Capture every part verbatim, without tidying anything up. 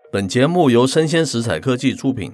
本节目由生鲜食材科技出品，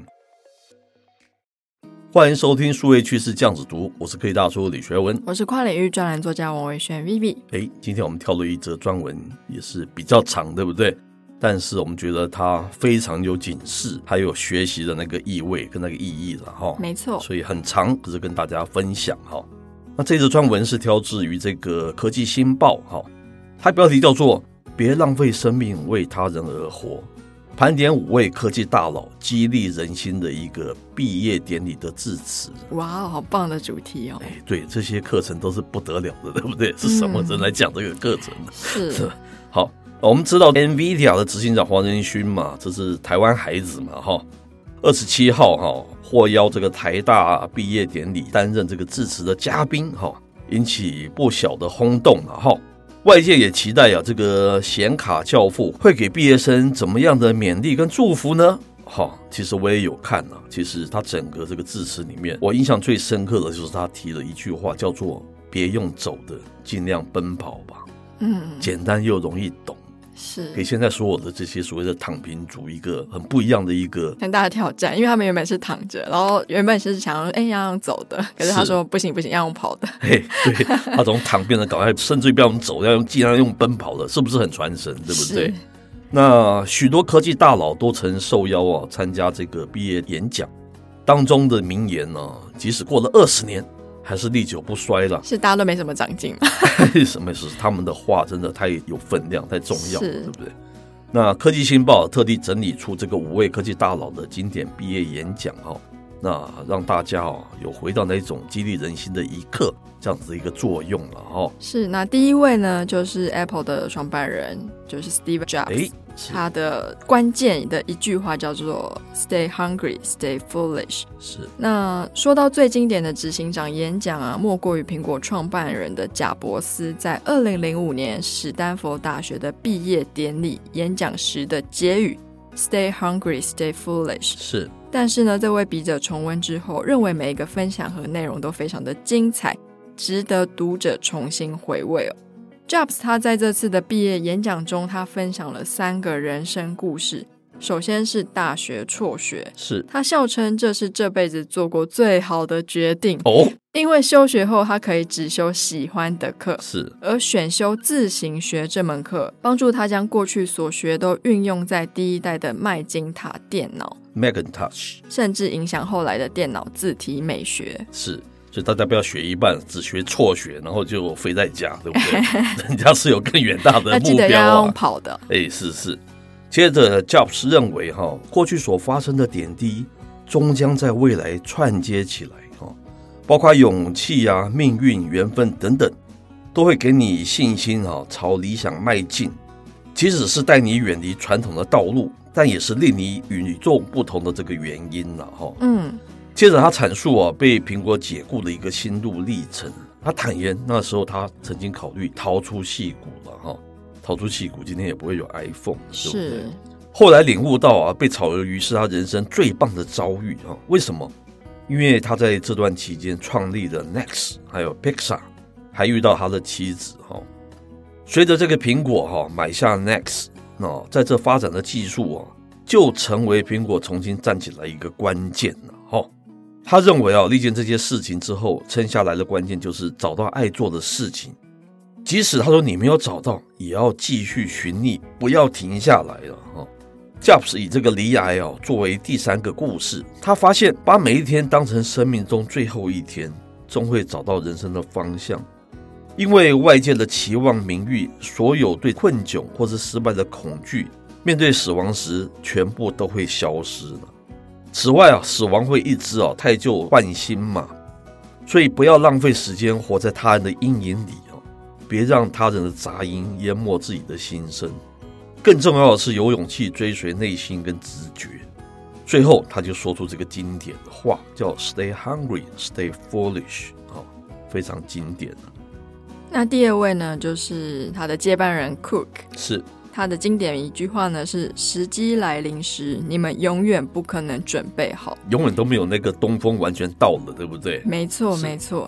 欢迎收听数位趋势酱子读，我是科技大叔李学文， 我是跨领域专栏作家王维轩 Vivi。 诶，今天我们挑了一则专文，也是比较长，对不对？但是我们觉得它非常有警示还有学习的那个意味跟那个意义了， 没错， 所以很长，可是跟大家分享。那这则专文是挑自于这个科技新报，它标题叫做别浪费生命为他人而活，盘点五位科技大佬激励人心的一个毕业典礼的致辞。 哇，好棒的主题哦！ 哎，对，这些课程都是不得了的，对不对？是什么人来讲这个课程？ 嗯、是, 是好，我们知道 NVIDIA 的执行长黄仁勋嘛，这是台湾孩子嘛，哈，二十七号哈获邀这个台大毕业典礼担任这个致辞的嘉宾，哈，引起不小的轰动了，哈。外界也期待啊，这个显卡教父会给毕业生怎么样的勉励跟祝福呢？哈，其实我也有看啊。其实他整个这个致辞里面，我印象最深刻的就是他提了一句话，叫做“别用走的，尽量奔跑吧”。嗯，简单又容易懂， 是给现在所有的这些所谓的躺平族一个很不一样的一个很大的挑战，因为他们原本是躺着，然后原本是想要哎要用走的，可是他说不行不行，要用跑的。嘿， 对，他从躺变成搞，甚至于不要用走，要用尽量用奔跑的，是不是很传神？对不对？那许多科技大佬都曾受邀啊参加这个毕业演讲，当中的名言呢、啊，即使过了二十年，还是历久不衰了。 是大家都没什么长进吗？ 什么事？他们的话真的太有分量，太重要了，对不对？那科技新报特地整理出这个五位科技大佬的经典毕业演讲，那让大家有回到那种激励人心的一刻，这样子的一个作用了。 是，那第一位呢，就是 Apple 的创办人，就是 Steve Jobs。他的关键的一句话叫做 Stay hungry, stay foolish。 是。 那说到最经典的执行长演讲啊，莫过于苹果创办人的贾伯斯在二零零五年史丹佛大学的毕业典礼演讲时的结语 Stay hungry, stay foolish。 是。 但是呢，这位笔者重温之后认为每一个分享和内容都非常的精彩，值得读者重新回味哦。Jobs 他在这次的毕业演讲中，他分享了三个人生故事。首先是大学辍学， 是他笑称这是这辈子做过最好的决定哦， 因为休学后他可以只修喜欢的课， 是而选修自行学这门课，帮助他将过去所学都运用在第一代的麦金塔电脑 Macintosh， 甚至影响后来的电脑字体美学。 是。所以大家不要学一半，只学辍学，然后就飞在家，对不对？人家是有更远大的目标啊！ 记得要用跑的。 哎，是是。接着 ，Jobs 认为哈，过去所发生的点滴，终将在未来串接起来哈，包括勇气啊、命运、缘分等等，都会给你信心哈，朝理想迈进。即使是带你远离传统的道路，但也是令你与众不同的这个原因了哈。嗯。接着他阐述啊被苹果解雇的一个心路历程。他坦言那时候他曾经考虑逃出矽谷了哈，逃出矽谷今天也不会有 iPhone， 对不对？后来领悟到啊被炒鱿鱼是他人生最棒的遭遇啊。为什么？因为他在这段期间创立了 Next 还有 Pixar， 还遇到他的妻子哈。随着这个苹果哈买下 Next， 那在这发展的技术啊，就成为苹果重新站起来一个关键了哈。他认为啊，历经这些事情之后，撑下来的关键就是找到爱做的事情。即使他说你没有找到，也要继续寻觅，不要停下来了哈。Jobs 以这个罹癌啊作为第三个故事，他发现把每一天当成生命中最后一天，终会找到人生的方向。因为外界的期望、名誉，所有对困窘或是失败的恐惧，面对死亡时，全部都会消失了。此外啊，死亡会一直啊太旧换新嘛，所以不要浪费时间活在他人的阴影里啊，别让他人的杂音淹没自己的心声。更重要的是有勇气追随内心跟直觉。最后他就说出这个经典的话，叫 Stay hungry, stay foolish， 非常经典。 那第二位呢，就是他的接班人 Cook， 是他的经典一句话呢是时机来临时，你们永远不可能准备好， 永远都没有那个东风完全到了，对不对？ 没错没错。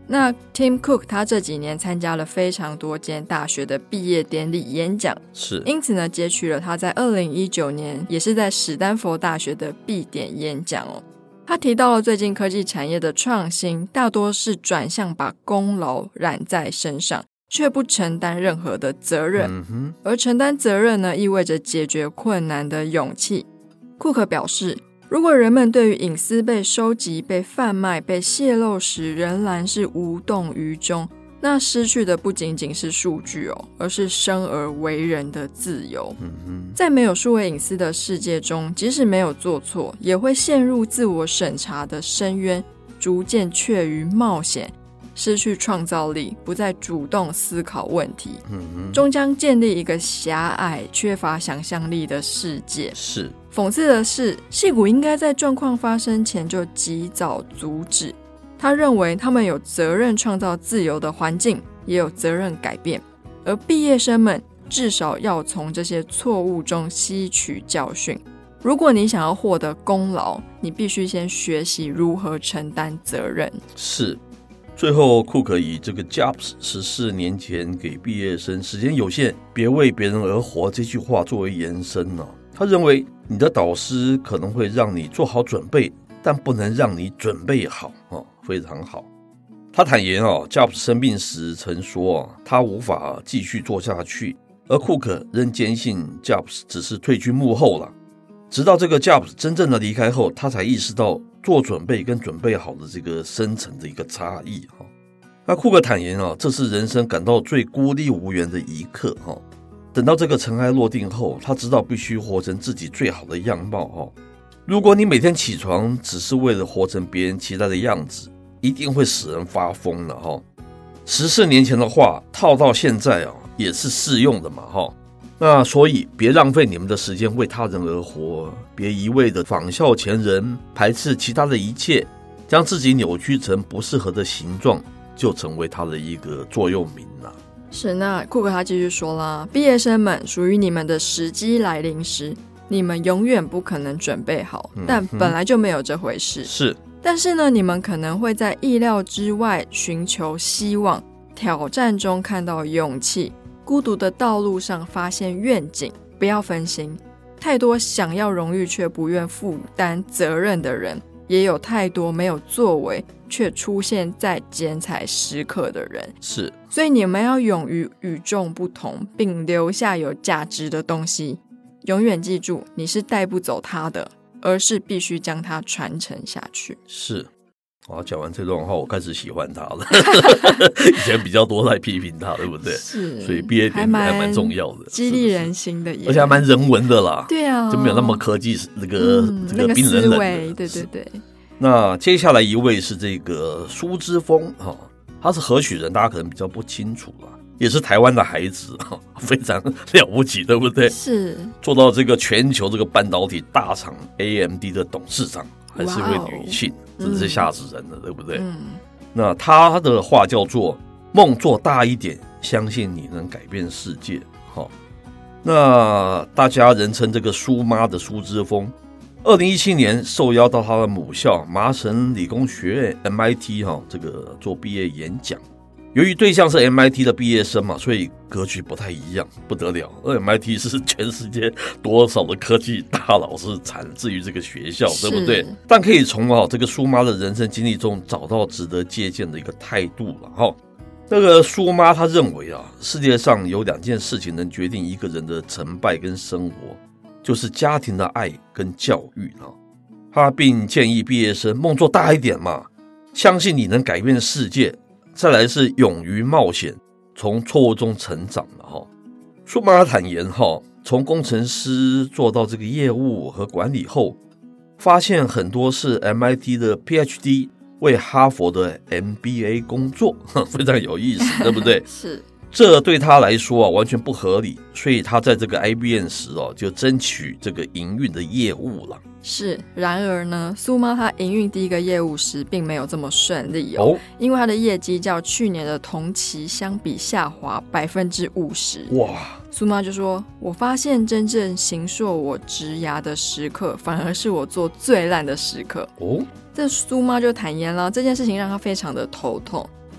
那 Tim Cook 他这几年参加了非常多间大学的毕业典礼演讲， 是， 因此呢，截取了他在二零一九年也是在史丹佛大学的毕典演讲哦。他提到了最近科技产业的创新大多是转向把功劳揽在身上，却不承担任何的责任、 嗯哼， 而承担责任呢，意味着解决困难的勇气。库克表示，如果人们对于隐私被收集、被贩卖、被泄露时仍然是无动于衷，那失去的不仅仅是数据哦，而是生而为人的自由。 嗯哼， 在没有数位隐私的世界中，即使没有做错，也会陷入自我审查的深渊，逐渐怯于冒险，失去创造力，不再主动思考问题， 嗯哼， 终将建立一个狭隘、缺乏想象力的世界。 是， 讽刺的是，矽谷应该在状况发生前就及早阻止。他认为他们有责任创造自由的环境，也有责任改变，而毕业生们至少要从这些错误中吸取教训。如果你想要获得功劳，你必须先学习如何承担责任。 是。最后，库克以这个 Jobs 十四年前给毕业生时间有限，别为别人而活这句话作为延伸呢、啊。他认为你的导师可能会让你做好准备，但不能让你准备好、哦、非常好。他坦言、哦、Jobs 生病时曾说、啊、他无法继续做下去，而库克仍坚信 Jobs 只是退居幕后了。直到这个 Jobs 真正的离开后，他才意识到做准备跟准备好的这个深层的一个差异。那库克坦言、啊、这是人生感到最孤立无援的一刻。等到这个尘埃落定后，他知道必须活成自己最好的样貌。如果你每天起床只是为了活成别人期待的样子，一定会使人发疯的。十四年前的话套到现在、啊、也是适用的嘛。那所以别浪费你们的时间为他人而活，别一味的仿效前人，排斥其他的一切，将自己扭曲成不适合的形状，就成为他的一个座右铭了。 是，那库克他继续说啦，毕业生们，属于你们的时机来临时，你们永远不可能准备好， 嗯、 但本来就没有这回事。 是， 但是呢，你们可能会在意料之外寻求希望，挑战中看到勇气，孤独的道路上发现愿景。不要分心，太多想要荣誉却不愿负担责任的人，也有太多没有作为却出现在剪彩时刻的人。 是， 所以你们要勇于与众不同，并留下有价值的东西。永远记住，你是带不走它的，而是必须将它传承下去。 是，我讲完这段话，我开始喜欢他了。以前比较多在批评他，对不对？ 是， 所以毕业典礼还蛮重要的， 激励人心的耶， 而且还蛮人文的啦。 对啊， 就没有那么科技那个、 嗯、 这个冰冷冷的。 那个、对对对。 那接下来一位是这个苏之峰、哦、他是何许人？大家可能比较不清楚啦，也是台湾的孩子、哦、非常了不起，对不对？ 是， 做到这个全球这个半导体大厂 A M D 的董事长，还是位女性，真的是吓死人了、嗯、对不对、嗯、那他的话叫做梦做大一点，相信你能改变世界、哦、那大家人称这个苏妈的苏之峰，二零一七年受邀到他的母校麻省理工学院 M I T、哦、这个做毕业演讲。由于对象是 M I T 的毕业生嘛，所以格局不太一样，不得了。而 M I T 是全世界多少的科技大佬是产自于这个学校，对不对？但可以从、哦、这个苏妈的人生经历中找到值得借鉴的一个态度了、哦。那个苏妈她认为啊，世界上有两件事情能决定一个人的成败跟生活，就是家庭的爱跟教育啊。她并建议毕业生梦做大一点嘛，相信你能改变世界。再来是勇于冒险，从错误中成长了哈。苏妈坦言哈，从工程师做到这个业务和管理后，发现很多是 M I T 的 P H D 为哈佛的 M B A 工作，非常有意思，对不对？ 是。 这对他来说啊完全不合理，所以他在这个 I B M 时哦就争取这个营运的业务了。 是，然而呢，苏妈她营运第一个业务时并没有这么顺利哦，哦因为她的业绩较去年的同期相比下滑百分之五十。哇！苏妈就说：“我发现真正形塑我职涯的时刻，反而是我做最烂的时刻。”哦，这苏妈就坦言了，这件事情让她非常的头痛。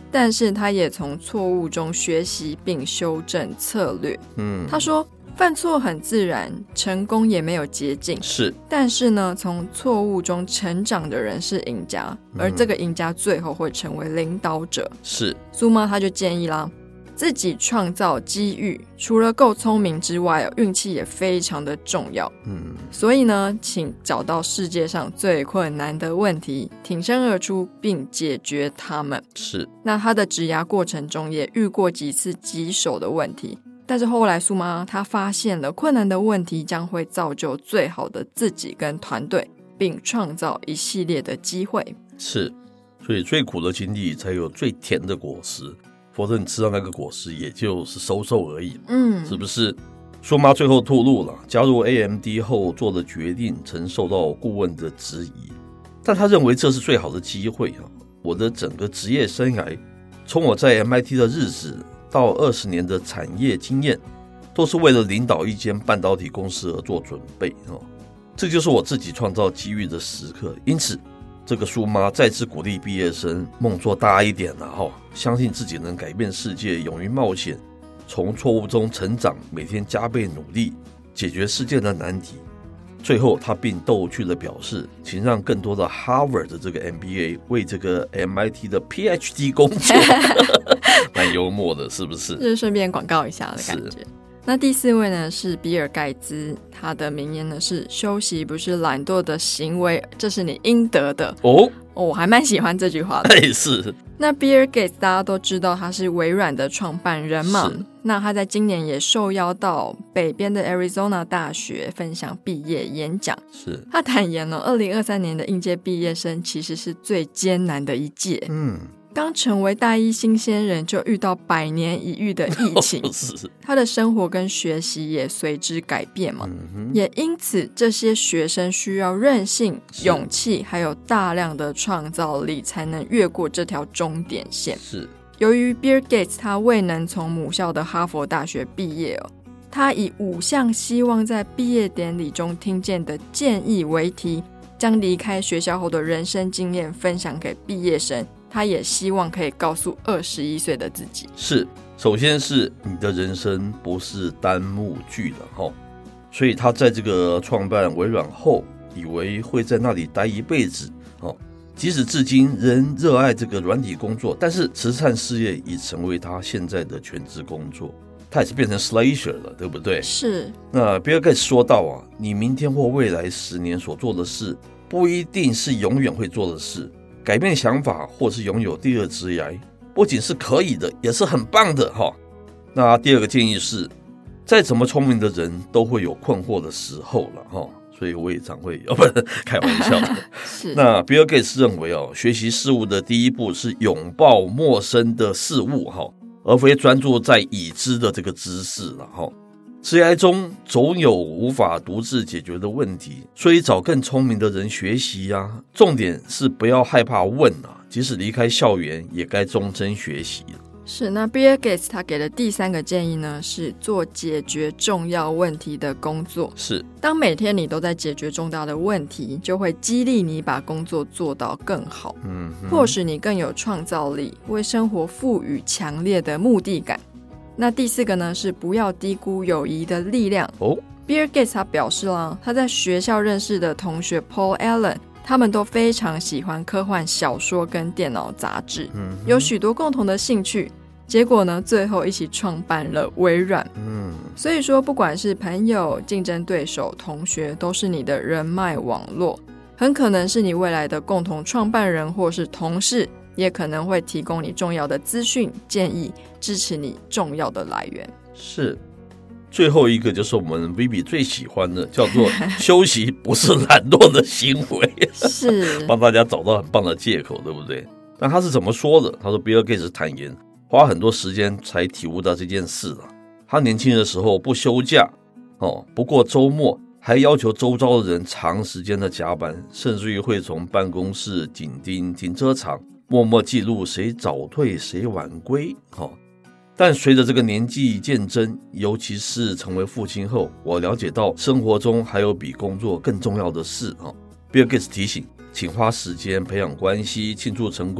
但是他也从错误中学习并修正策略。 嗯， 他说犯错很自然，成功也没有捷径， 是， 但是呢，从错误中成长的人是赢家，而这个赢家最后会成为领导者。 是， 苏妈他就建议啦，自己创造机遇，除了够聪明之外，运气也非常的重要。 嗯， 所以呢，请找到世界上最困难的问题，挺身而出并解决它们。 是。 那他的职涯过程中也遇过几次棘手的问题，但是后来苏妈她发现了困难的问题将会造就最好的自己跟团队，并创造一系列的机会。 是，所以最苦的经历才有最甜的果实，否则你吃到那个果实也就是收受而已。 嗯， 是不是？苏妈最后透露了，加入 A M D 后做的决定曾受到顾问的质疑，但他认为这是最好的机会啊！我的整个职业生涯，从我在 M I T 的日子到二十年的产业经验，都是为了领导一间半导体公司而做准备哦。这就是我自己创造机遇的时刻。因此，这个苏妈再次鼓励毕业生梦做大一点啊，哦，相信自己能改变世界，勇于冒险，从错误中成长，每天加倍努力，解决世界的难题。最后他并逗趣地表示，请让更多的 Harvard 的这个 M B A 为这个 M I T 的 P H D 工作蛮幽默的，是不是？ 就是顺便广告一下的感觉。那第四位呢是比尔盖茨，他的名言呢是休息不是懒惰的行为，这是你应得的。 哦， 哦，我还蛮喜欢这句话的。 是。 那比尔盖茨大家都知道他是微软的创办人嘛，那他在今年也受邀到北边的 Arizona 大学分享毕业演讲。 是， 他坦言了二零二三年的应届毕业生其实是最艰难的一届。 嗯， 刚成为大一新鲜人就遇到百年一遇的疫情， 是， 他的生活跟学习也随之改变嘛， 嗯， 也因此这些学生需要韧性、勇气还有大量的创造力才能越过这条终点线。 是， 由于 Bill Gates 他未能从母校的哈佛大学毕业哦，他以五项希望在毕业典礼中听见的建议为题，将离开学校后的人生经验分享给毕业生。他也希望可以告诉二十一岁的自己， 是，首先是你的人生不是单幕剧了，所以他在这个创办微软后，以为会在那里待一辈子，即使至今仍热爱这个软体工作，但是慈善事业已成为他现在的全职工作，他也是变成 slasher 了，对不对？ 是。 那比尔盖茨说到啊，你明天或未来十年所做的事，不一定是永远会做的事。改变想法或是拥有第二职业，不仅是可以的，也是很棒的哈。那第二个建议是，再怎么聪明的人都会有困惑的时候了哈。所以我也常会，哦，不是开玩笑的。 是。那比尔盖茨认为哦，学习事物的第一步是拥抱陌生的事物哈，而非专注在已知的这个知识了哈。职业中总有无法独自解决的问题，所以找更聪明的人学习啊。重点是不要害怕问啊，即使离开校园也该终身学习。 是。那 Bill Gates 他给的第三个建议呢，是做解决重要问题的工作。 是。 当每天你都在解决重大的问题，就会激励你把工作做到更好， 嗯， 或许你更有创造力，为生活赋予强烈的目的感。那第四个呢，是不要低估友谊的力量。 哦， Bill Gates 他表示了，他在学校认识的同学 Paul Allen， 他们都非常喜欢科幻小说跟电脑杂志， 嗯， 有许多共同的兴趣。结果呢，最后一起创办了微软。 嗯， 所以说，不管是朋友、竞争对手、同学，都是你的人脉网络，很可能是你未来的共同创办人或是同事，也可能会提供你重要的资讯、建议，支持你重要的来源。 是。最后一个就是我们 Vivi 最喜欢的，叫做休息不是懒惰的行为。 是。 帮大家找到很棒的借口，对不对？但他是怎么说的？他说比尔盖茨坦言，花很多时间才体悟到这件事了。他年轻的时候不休假，哦，不过周末还要求周遭的人长时间的加班，甚至于会从办公室紧盯停车场，默默记录谁早退谁晚归，哦。但随着这个年纪渐增，尤其是成为父亲后，我了解到生活中还有比工作更重要的事。比尔盖茨提醒，请花时间培养关系，庆祝成功，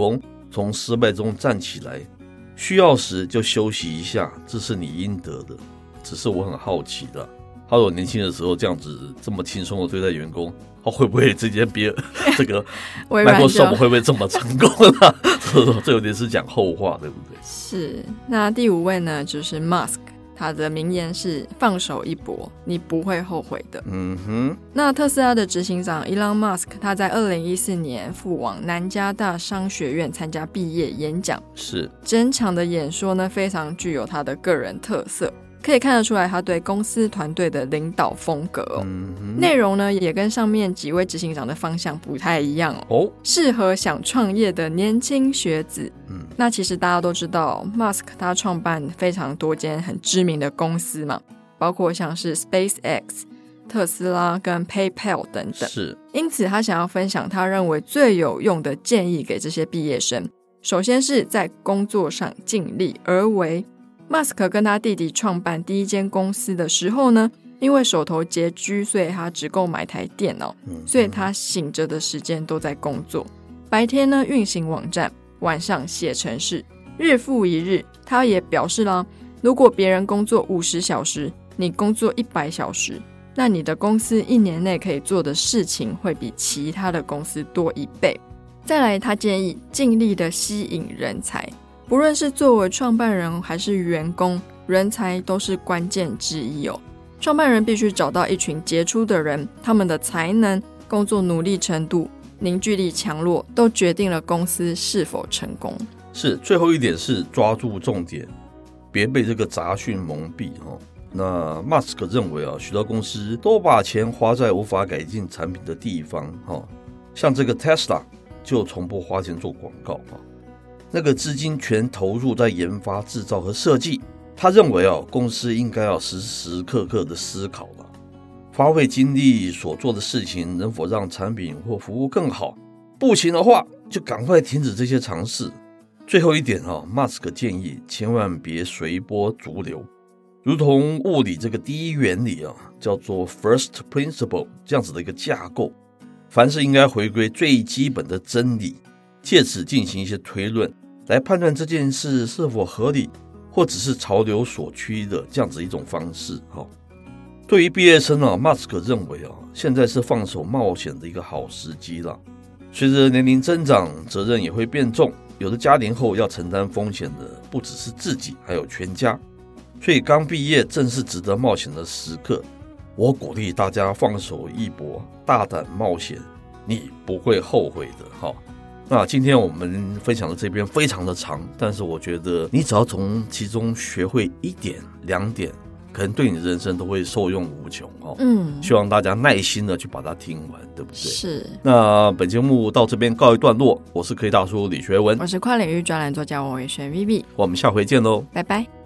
从失败中站起来，需要时就休息一下，这是你应得的。只是我很好奇的，他如果年轻的时候这样子这么轻松的对待员工，他会不会直接别这个 Microsoft 会不会这么成功呢？这有点是讲后话，对不对？ 是。那第五位呢，就是 Musk， 他的名言是放手一搏，你不会后悔的。 嗯哼。 那特斯拉的执行长 Elon Musk， 他在二零一四年赴往南加大商学院参加毕业演讲， 是整场的演说呢，非常具有他的个人特色。可以看得出来他对公司团队的领导风格哦， 嗯、 内容呢也跟上面几位执行长的方向不太一样哦， 哦适合想创业的年轻学子。 嗯， 那其实大家都知道 Musk 他创办非常多间很知名的公司嘛，包括像是 SpaceX、特斯拉跟 PayPal 等等。 是， 因此他想要分享他认为最有用的建议给这些毕业生。首先是在工作上尽力而为。马斯克跟他弟弟创办第一间公司的时候呢，因为手头拮据，所以他只购买台电脑，所以他醒着的时间都在工作，白天呢运行网站，晚上写程式，日复一日。他也表示啦，如果别人工作五十小时，你工作一百小时，那你的公司一年内可以做的事情会比其他的公司多一倍。再来，他建议尽力的吸引人才，不论是作为创办人还是员工，人才都是关键之一哦。创办人必须找到一群杰出的人，他们的才能、工作努力程度、凝聚力强弱，都决定了公司是否成功。 是，最后一点是抓住重点，别被这个杂讯蒙蔽哦。那 Musk 认为啊，许多公司都把钱花在无法改进产品的地方哦，像这个 Tesla 就从不花钱做广告啊。那个资金全投入在研发、制造和设计。他认为啊，公司应该要时时刻刻的思考了，花费精力所做的事情能否让产品或服务更好，不行的话就赶快停止这些尝试。最后一点啊 ，Musk 建议千万别随波逐流，如同物理这个第一原理啊，叫做 First Principle 这样子的一个架构，凡事应该回归最基本的真理。借此进行一些推论，来判断这件事是否合理，或只是潮流所趋的这样子一种方式。对于毕业生啊 ，Musk 认为啊，现在是放手冒险的一个好时机了。随着年龄增长，责任也会变重，有的家庭后要承担风险的不只是自己，还有全家。所以刚毕业正是值得冒险的时刻。我鼓励大家放手一搏，大胆冒险，你不会后悔的哈。那今天我们分享的这边非常的长，但是我觉得你只要从其中学会一点两点，可能对你的人生都会受用无穷哦。嗯，希望大家耐心的去把它听完，对不对？ 是。 那本节目到这边告一段落，我是科技大叔李学文， 我是跨领域专栏作家王伟轩 Vivi， 我们下回见喽， 拜拜。